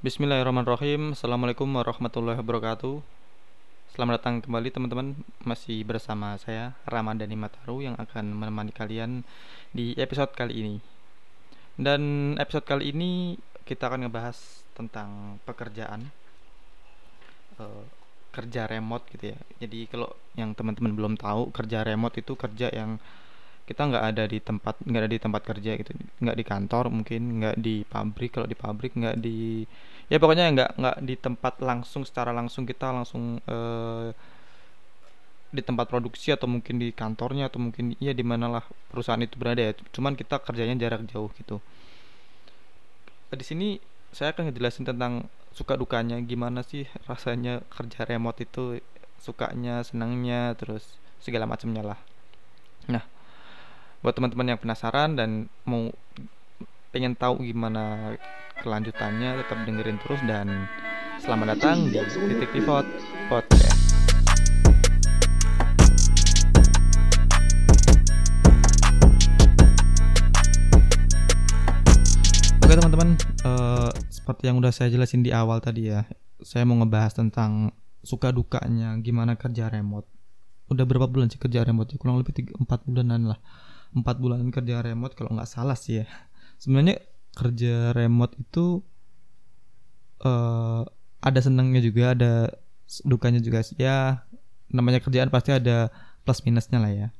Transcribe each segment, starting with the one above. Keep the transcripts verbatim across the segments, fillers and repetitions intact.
Bismillahirrahmanirrahim. Assalamualaikum warahmatullahi wabarakatuh. Selamat datang kembali teman-teman. Masih bersama saya Ramadhani Mataru yang akan menemani kalian di episode kali ini. Dan episode kali ini kita akan ngebahas tentang pekerjaan eh, kerja remote gitu ya. Jadi kalau yang teman-teman belum tahu, kerja remote itu kerja yang kita nggak ada di tempat nggak ada di tempat kerja gitu, nggak di kantor, mungkin nggak di pabrik. Kalau di pabrik nggak di, ya pokoknya nggak nggak di tempat langsung, secara langsung kita langsung eh, di tempat produksi, atau mungkin di kantornya, atau mungkin ya di manalah perusahaan itu berada ya, cuman kita kerjanya jarak jauh gitu. Di sini saya akan ngejelasin tentang suka dukanya, gimana sih rasanya kerja remote itu, sukanya, senangnya, terus segala macamnya lah. Nah, buat teman-teman yang penasaran dan mau pengen tahu gimana kelanjutannya, tetap dengerin terus dan selamat datang di Titik Pivot Podcast. Oke teman-teman, uh, seperti yang udah saya jelasin di awal tadi ya, saya mau ngebahas tentang suka dukanya gimana kerja remote. Udah berapa bulan sih kerja remote? Ya, kurang lebih tiga, empat bulanan lah. empat bulanan kerja remote kalau nggak salah sih ya. Sebenarnya kerja remote itu uh, ada senangnya juga, ada dukanya juga sih. Ya namanya kerjaan pasti ada plus minusnya lah ya.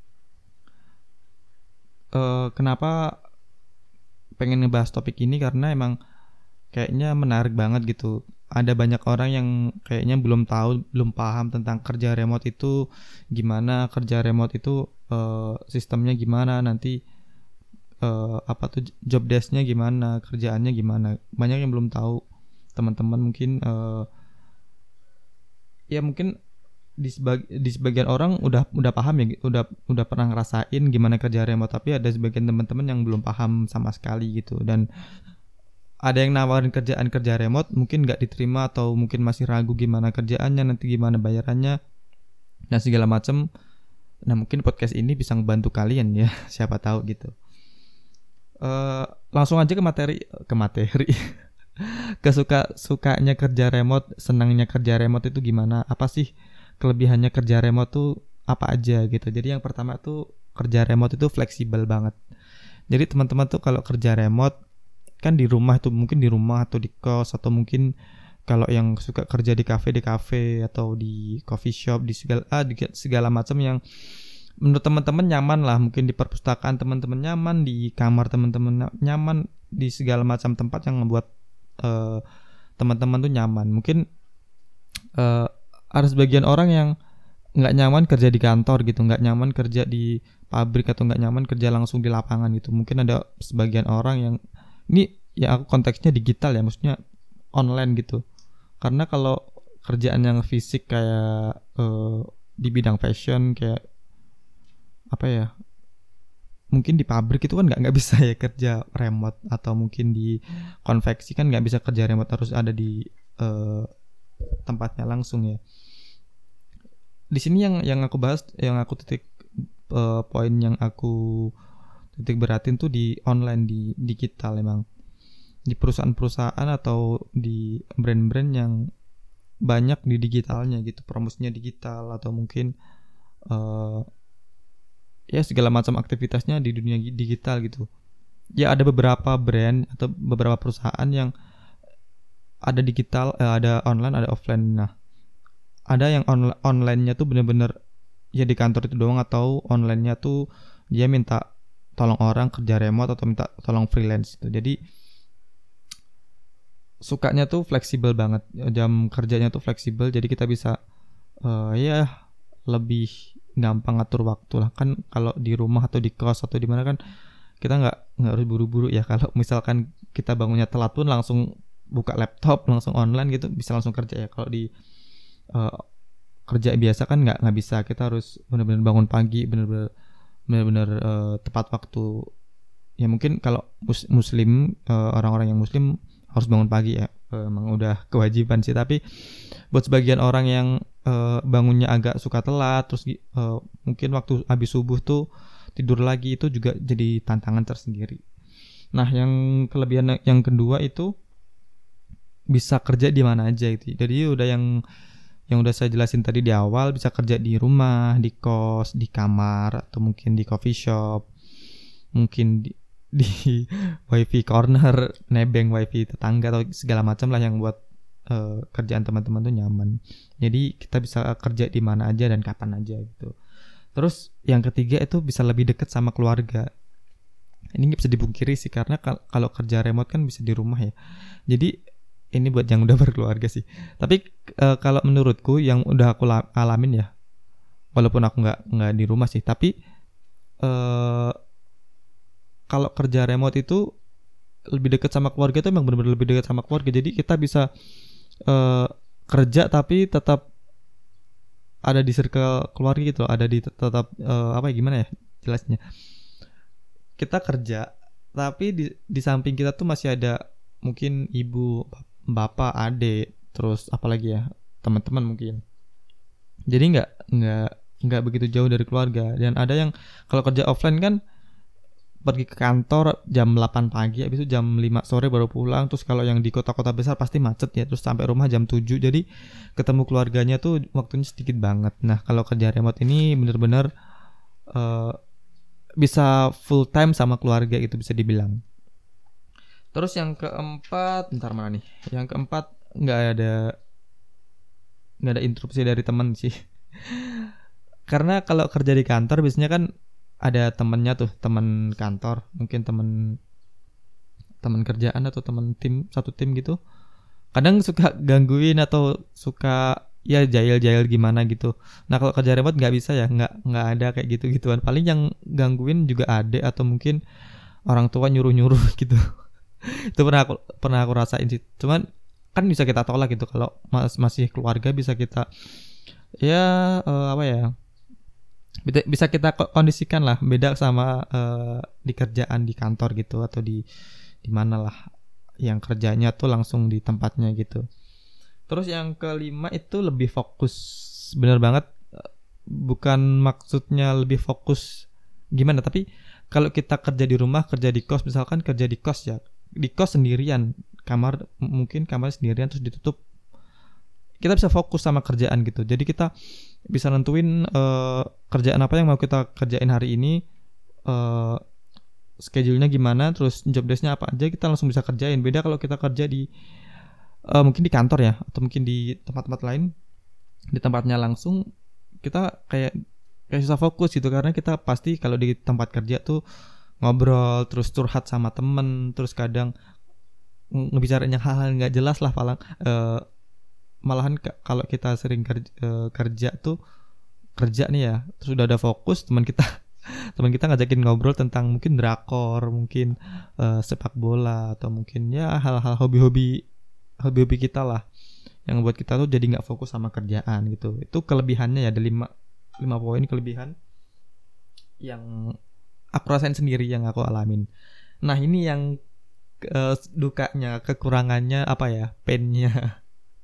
Uh, kenapa pengen ngebahas topik ini? Karena emang kayaknya menarik banget gitu. Ada banyak orang yang kayaknya belum tahu, belum paham tentang kerja remote itu gimana, kerja remote itu uh, sistemnya gimana, nanti uh, apa tuh job desk-nya gimana, kerjaannya gimana. Banyak yang belum tahu. Teman-teman mungkin uh, ya mungkin di, sebag- di sebagian orang udah udah paham ya, udah udah pernah ngerasain gimana kerja remote, tapi ada sebagian teman-teman yang belum paham sama sekali gitu. Dan ada yang nawarin kerjaan kerja remote, mungkin nggak diterima atau mungkin masih ragu gimana kerjaannya, nanti gimana bayarannya dan segala macam. Nah mungkin podcast ini bisa ngebantu kalian ya, siapa tahu gitu. Uh, langsung aja ke materi, ke materi, kesuka sukanya kerja remote, senangnya kerja remote itu gimana? Apa sih kelebihannya kerja remote tuh apa aja gitu? Jadi yang pertama tuh kerja remote itu fleksibel banget. Jadi teman-teman tuh kalau kerja remote kan di rumah tuh, mungkin di rumah atau di kos, atau mungkin kalau yang suka kerja di kafe di kafe atau di coffee shop, di segala ah, di segala macam yang menurut teman-teman nyaman lah. Mungkin di perpustakaan teman-teman nyaman, di kamar teman-teman nyaman, di segala macam tempat yang membuat uh, teman-teman tuh nyaman. Mungkin uh, ada sebagian orang yang nggak nyaman kerja di kantor gitu, nggak nyaman kerja di pabrik, atau nggak nyaman kerja langsung di lapangan gitu. Mungkin ada sebagian orang yang, ini ya aku konteksnya digital ya, maksudnya online gitu. Karena kalau kerjaan yang fisik kayak uh, di bidang fashion, kayak apa ya, mungkin di pabrik itu kan nggak nggak bisa ya kerja remote, atau mungkin di konveksi kan nggak bisa kerja remote, harus ada di uh, tempatnya langsung ya. Di sini yang yang aku bahas, yang aku titik uh, poin yang aku titik beratin tuh di online, di digital. Emang di perusahaan-perusahaan atau di brand-brand yang banyak di digitalnya gitu, promosinya digital, atau mungkin uh, ya segala macam aktivitasnya di dunia digital gitu. Ya ada beberapa brand atau beberapa perusahaan yang ada digital, eh, ada online, ada offline. Nah, ada yang on- online-nya tuh bener-bener ya di kantor itu doang, atau online-nya tuh dia minta tolong orang kerja remote atau minta tolong freelance gitu. Jadi sukanya tuh fleksibel banget, jam kerjanya tuh fleksibel, jadi kita bisa uh, ya lebih gampang ngatur waktu lah. Kan kalau di rumah atau di kos atau di mana kan kita nggak nggak harus buru-buru ya. Kalau misalkan kita bangunnya telat pun langsung buka laptop, langsung online gitu, bisa langsung kerja ya. Kalau di uh, kerja biasa kan nggak nggak bisa, kita harus benar-benar bangun pagi, benar-benar benar-benar uh, tepat waktu. Ya mungkin kalau mus- muslim uh, orang-orang yang muslim harus bangun pagi ya, uh, emang udah kewajiban sih. Tapi buat sebagian orang yang uh, bangunnya agak suka telat, terus uh, mungkin waktu habis subuh tuh tidur lagi, itu juga jadi tantangan tersendiri. Nah yang kelebihan yang kedua itu bisa kerja di mana aja gitu. Jadi udah yang yang udah saya jelasin tadi di awal, bisa kerja di rumah, di kos, di kamar, atau mungkin di coffee shop, mungkin di, di wifi corner, nebeng wifi tetangga atau segala macam lah yang buat uh, kerjaan teman-teman tuh nyaman. Jadi kita bisa kerja di mana aja dan kapan aja gitu. Terus yang ketiga itu bisa lebih dekat sama keluarga. Ini nggak bisa dipungkiri sih, karena kal- kalau kerja remote kan bisa di rumah ya. Jadi ini buat yang udah berkeluarga sih. Tapi e, kalau menurutku yang udah aku la- alamin ya, walaupun aku nggak nggak di rumah sih, tapi e, kalau kerja remote itu lebih dekat sama keluarga itu memang benar-benar lebih dekat sama keluarga. Jadi kita bisa e, kerja tapi tetap ada di circle keluarga gitu, ada di tetap e, apa ya, gimana ya jelasnya? Kita kerja tapi di di samping kita tuh masih ada mungkin ibu, bapak, adik, terus apalagi ya, teman-teman mungkin. Jadi nggak nggak nggak begitu jauh dari keluarga. Dan ada yang kalau kerja offline kan pergi ke kantor jam delapan pagi, habis itu jam lima sore baru pulang. Terus kalau yang di kota-kota besar pasti macet ya, terus sampai rumah jam tujuh. Jadi ketemu keluarganya tuh waktunya sedikit banget. Nah kalau kerja remote ini benar-benar uh, bisa full time sama keluarga, itu bisa dibilang. Terus yang keempat, bentar mana nih? Yang keempat nggak ada nggak ada interupsi dari teman sih. Karena kalau kerja di kantor biasanya kan ada temennya tuh, teman kantor, mungkin teman teman kerjaan atau teman tim, satu tim gitu. Kadang suka gangguin atau suka ya jahil-jahil gimana gitu. Nah kalau kerja remote nggak bisa ya, nggak nggak ada kayak gitu-gituan. Paling yang gangguin juga adek atau mungkin orang tua nyuruh-nyuruh gitu. Itu pernah aku pernah aku rasain sih. Cuman kan bisa kita tolak gitu, kalau mas, masih keluarga bisa kita ya uh, apa ya, bisa kita kondisikan lah, beda sama uh, di kerjaan di kantor gitu, atau di di mana lah yang kerjanya tuh langsung di tempatnya gitu. Terus yang kelima itu lebih fokus, bener banget, bukan maksudnya lebih fokus gimana, tapi kalau kita kerja di rumah, kerja di kos, misalkan kerja di kos ya, di kos sendirian, kamar mungkin kamar sendirian terus ditutup, kita bisa fokus sama kerjaan gitu. Jadi kita bisa nentuin uh, kerjaan apa yang mau kita kerjain hari ini, uh, schedule-nya gimana, terus job desk-nya apa aja, kita langsung bisa kerjain. Beda kalau kita kerja di uh, mungkin di kantor ya, atau mungkin di tempat-tempat lain, di tempatnya langsung kita kayak kayak susah fokus gitu, karena kita pasti kalau di tempat kerja tuh ngobrol, terus curhat sama temen, terus kadang ngebicarain yang hal-hal nggak jelas lah, paling uh, malahan k- kalau kita sering kerja, uh, kerja tuh kerja nih ya, terus udah ada fokus, teman kita teman kita ngajakin ngobrol tentang mungkin drakor, mungkin uh, sepak bola, atau mungkin ya hal-hal hobi-hobi hobi-hobi kita lah, yang buat kita tuh jadi nggak fokus sama kerjaan gitu. Itu kelebihannya ya, ada lima lima poin kelebihan yang aku rasain sendiri, yang aku alamin. Nah ini yang uh, dukanya, kekurangannya apa ya, painnya.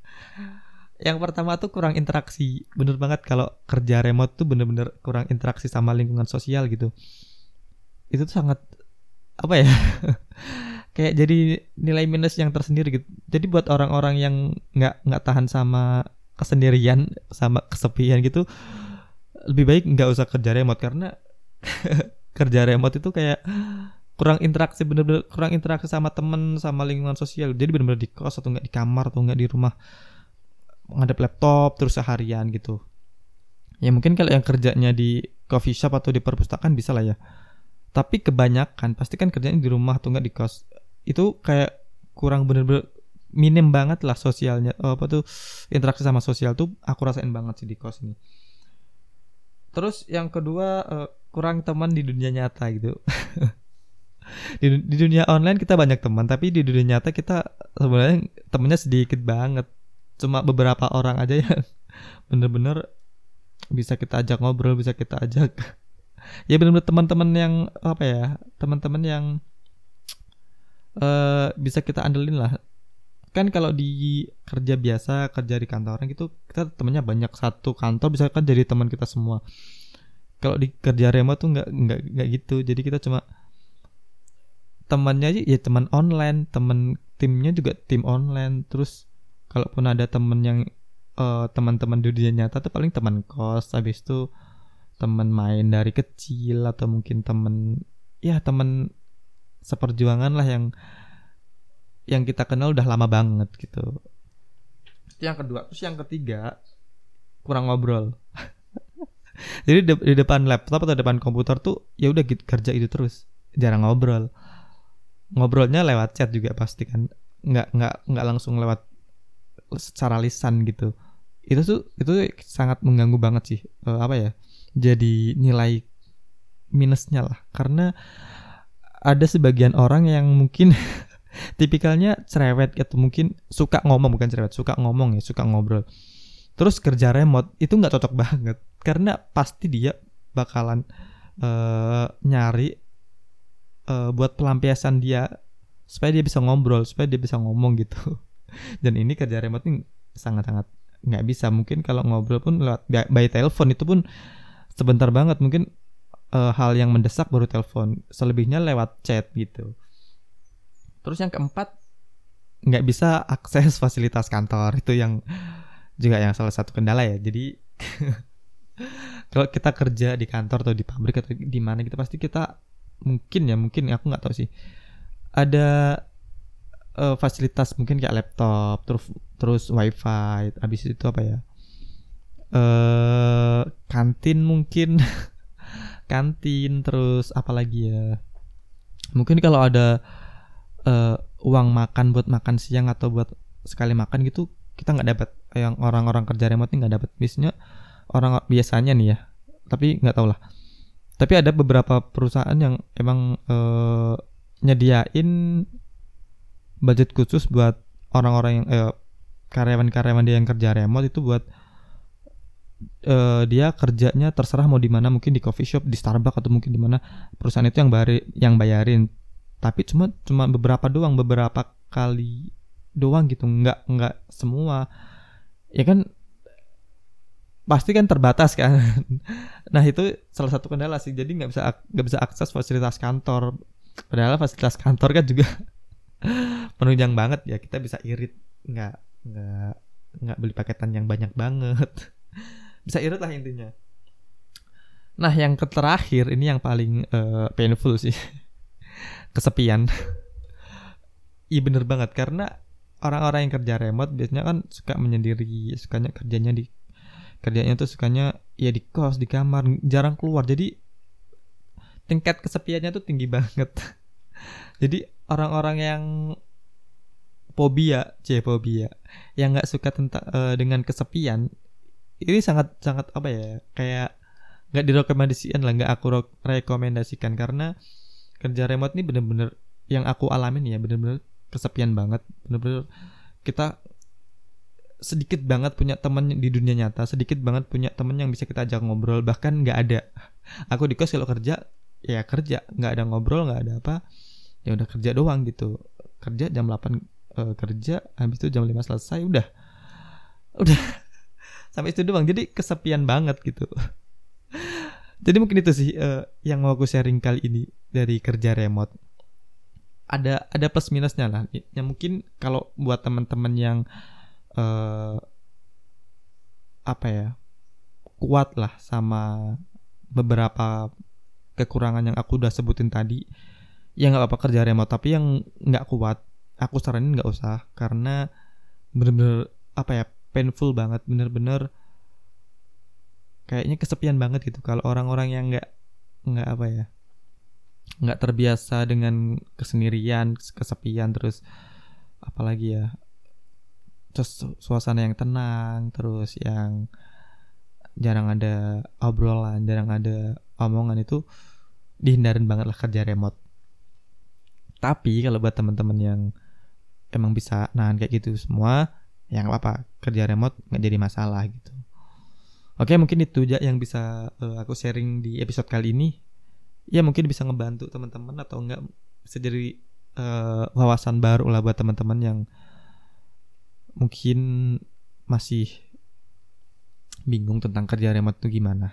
Yang pertama tuh kurang interaksi. Bener banget, kalau kerja remote tuh bener-bener kurang interaksi sama lingkungan sosial gitu. Itu tuh sangat apa ya, kayak jadi nilai minus yang tersendiri gitu. Jadi buat orang-orang yang nggak nggak tahan sama kesendirian, sama kesepian gitu, lebih baik nggak usah kerja remote. Karena kerja remote itu kayak kurang interaksi, bener-bener kurang interaksi sama temen, sama lingkungan sosial. Jadi bener-bener di kos atau nggak di kamar atau nggak di rumah ngadep laptop terus seharian gitu. Ya mungkin kalau yang kerjanya di coffee shop atau di perpustakaan bisa lah ya. Tapi kebanyakan pasti kan kerjanya di rumah atau nggak di kos. Itu kayak kurang, bener-bener minim banget lah sosialnya. Oh, apa tuh, interaksi sama sosial tuh aku rasain banget sih di kos ini. Terus yang kedua, uh, kurang teman di dunia nyata gitu. di, di dunia online kita banyak teman, tapi di dunia nyata kita sebenarnya temennya sedikit banget. Cuma beberapa orang aja yang bener-bener bisa kita ajak ngobrol, bisa kita ajak ya bener-bener teman-teman yang apa ya, teman-teman yang uh, bisa kita andelin lah. Kan kalau di kerja biasa, kerja di kantoran gitu, kita temennya banyak, satu kantor bisa kan jadi teman kita semua. Kalau di kerja remote tuh nggak nggak nggak gitu. Jadi kita cuma temannya aja ya teman online, teman timnya juga tim online. Terus kalaupun ada temen yang uh, teman-teman di dunia nyata tuh paling teman kos, habis itu teman main dari kecil, atau mungkin temen ya temen seperjuangan lah yang yang kita kenal udah lama banget gitu. Itu yang kedua. Terus yang ketiga, kurang ngobrol. Jadi di, di depan laptop atau depan komputer tuh ya udah gitu, kerja itu terus, jarang ngobrol. Ngobrolnya lewat chat juga pasti kan, nggak nggak nggak langsung lewat secara lisan gitu. Itu tuh itu sangat mengganggu banget sih, uh, apa ya, jadi nilai minusnya lah. Karena ada sebagian orang yang mungkin tipikalnya cerewet atau mungkin suka ngomong, bukan cerewet, suka ngomong ya, suka ngobrol. Terus kerja remote itu nggak cocok banget, karena pasti dia bakalan uh, nyari uh, buat pelampiasan dia supaya dia bisa ngobrol, supaya dia bisa ngomong gitu. Dan ini kerja remote ini sangat-sangat nggak bisa. Mungkin kalau ngobrol pun lewat by telepon itu pun sebentar banget, mungkin uh, hal yang mendesak baru telepon, selebihnya lewat chat gitu. Terus yang keempat, nggak bisa akses fasilitas kantor. Itu yang juga yang salah satu kendala ya. Jadi kalau kita kerja di kantor atau di pabrik atau di mana gitu, pasti kita mungkin ya mungkin aku nggak tahu sih, ada uh, fasilitas mungkin kayak laptop, terus terus wifi, habis itu apa ya, uh, kantin mungkin kantin, terus apa lagi ya, mungkin kalau ada uh, uang makan buat makan siang atau buat sekali makan gitu, kita nggak dapat. Yang orang-orang kerja remote ini nggak dapat. Biasanya orang biasanya nih ya, tapi nggak tahu lah. Tapi ada beberapa perusahaan yang emang uh, nyediain budget khusus buat orang-orang yang eh, karyawan-karyawan dia yang kerja remote itu, buat uh, dia kerjanya terserah mau di mana, mungkin di coffee shop, di Starbucks, atau mungkin di mana, perusahaan itu yang bari, yang bayarin. Tapi cuma cuma beberapa doang, beberapa kali doang gitu, nggak nggak semua. Ya kan pasti kan terbatas kan. Nah itu salah satu kendala sih, jadi nggak bisa nggak bisa akses fasilitas kantor. Padahal fasilitas kantor kan juga penunjang banget ya, kita bisa irit, nggak nggak nggak beli paketan yang banyak banget. Bisa irit lah intinya. Nah yang terakhir ini yang paling uh, painful sih, kesepian. Iya bener banget, karena orang-orang yang kerja remote biasanya kan suka menyendiri, sukanya kerjanya di kerjanya tuh sukanya ya di kos, di kamar, jarang keluar. Jadi tingkat kesepiannya tuh tinggi banget. Jadi orang-orang yang fobia, c fobia, yang nggak suka tentang uh, dengan kesepian, ini sangat sangat apa ya, kayak nggak direkomendasikan lah, nggak aku rekomendasikan. Karena kerja remote ini bener-bener yang aku alamin ya, bener-bener kesepian banget. Bener-bener kita sedikit banget punya teman di dunia nyata, sedikit banget punya teman yang bisa kita ajak ngobrol, bahkan nggak ada. Aku di kos kalau kerja ya kerja, nggak ada ngobrol, nggak ada apa, ya udah kerja doang gitu. Kerja jam delapan uh, kerja, habis itu jam lima selesai, udah udah sampai itu doang. Jadi kesepian banget gitu. Jadi mungkin itu sih uh, yang mau aku sharing kali ini dari kerja remote. Ada ada plus minusnya lah. Ya mungkin kalau buat teman-teman yang uh, apa ya, kuat lah sama beberapa kekurangan yang aku udah sebutin tadi, ya nggak apa-apa kerja remote. Tapi yang nggak kuat, aku saranin nggak usah, karena bener-bener apa ya, painful banget, bener-bener kayaknya kesepian banget gitu. Kalau orang-orang yang nggak nggak apa ya, nggak terbiasa dengan kesendirian, kesepian, terus apalagi ya, terus suasana yang tenang, terus yang jarang ada obrolan, jarang ada omongan, itu dihindarin banget lah kerja remote. Tapi kalau buat teman-teman yang emang bisa nahan kayak gitu semua, ya nggak apa-apa, kerja remote nggak jadi masalah gitu. Oke, mungkin itu aja yang bisa uh, aku sharing di episode kali ini. Ya mungkin bisa ngebantu teman-teman, atau enggak bisa jadi uh, wawasan baru lah buat teman-teman yang mungkin masih bingung tentang kerja remote itu gimana.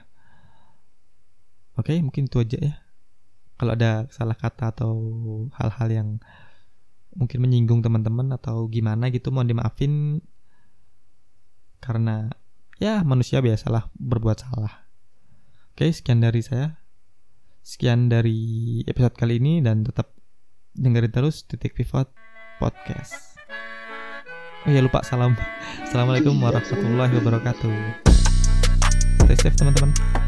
Oke, mungkin itu aja ya. Kalau ada salah kata atau hal-hal yang mungkin menyinggung teman-teman atau gimana gitu, mohon dimaafin karena ya manusia biasalah berbuat salah. Oke, sekian dari saya. Sekian dari episode kali ini dan tetap dengerin terus Titik Pivot Podcast. Oh ya lupa salam. Assalamualaikum warahmatullahi wabarakatuh. Stay safe teman-teman.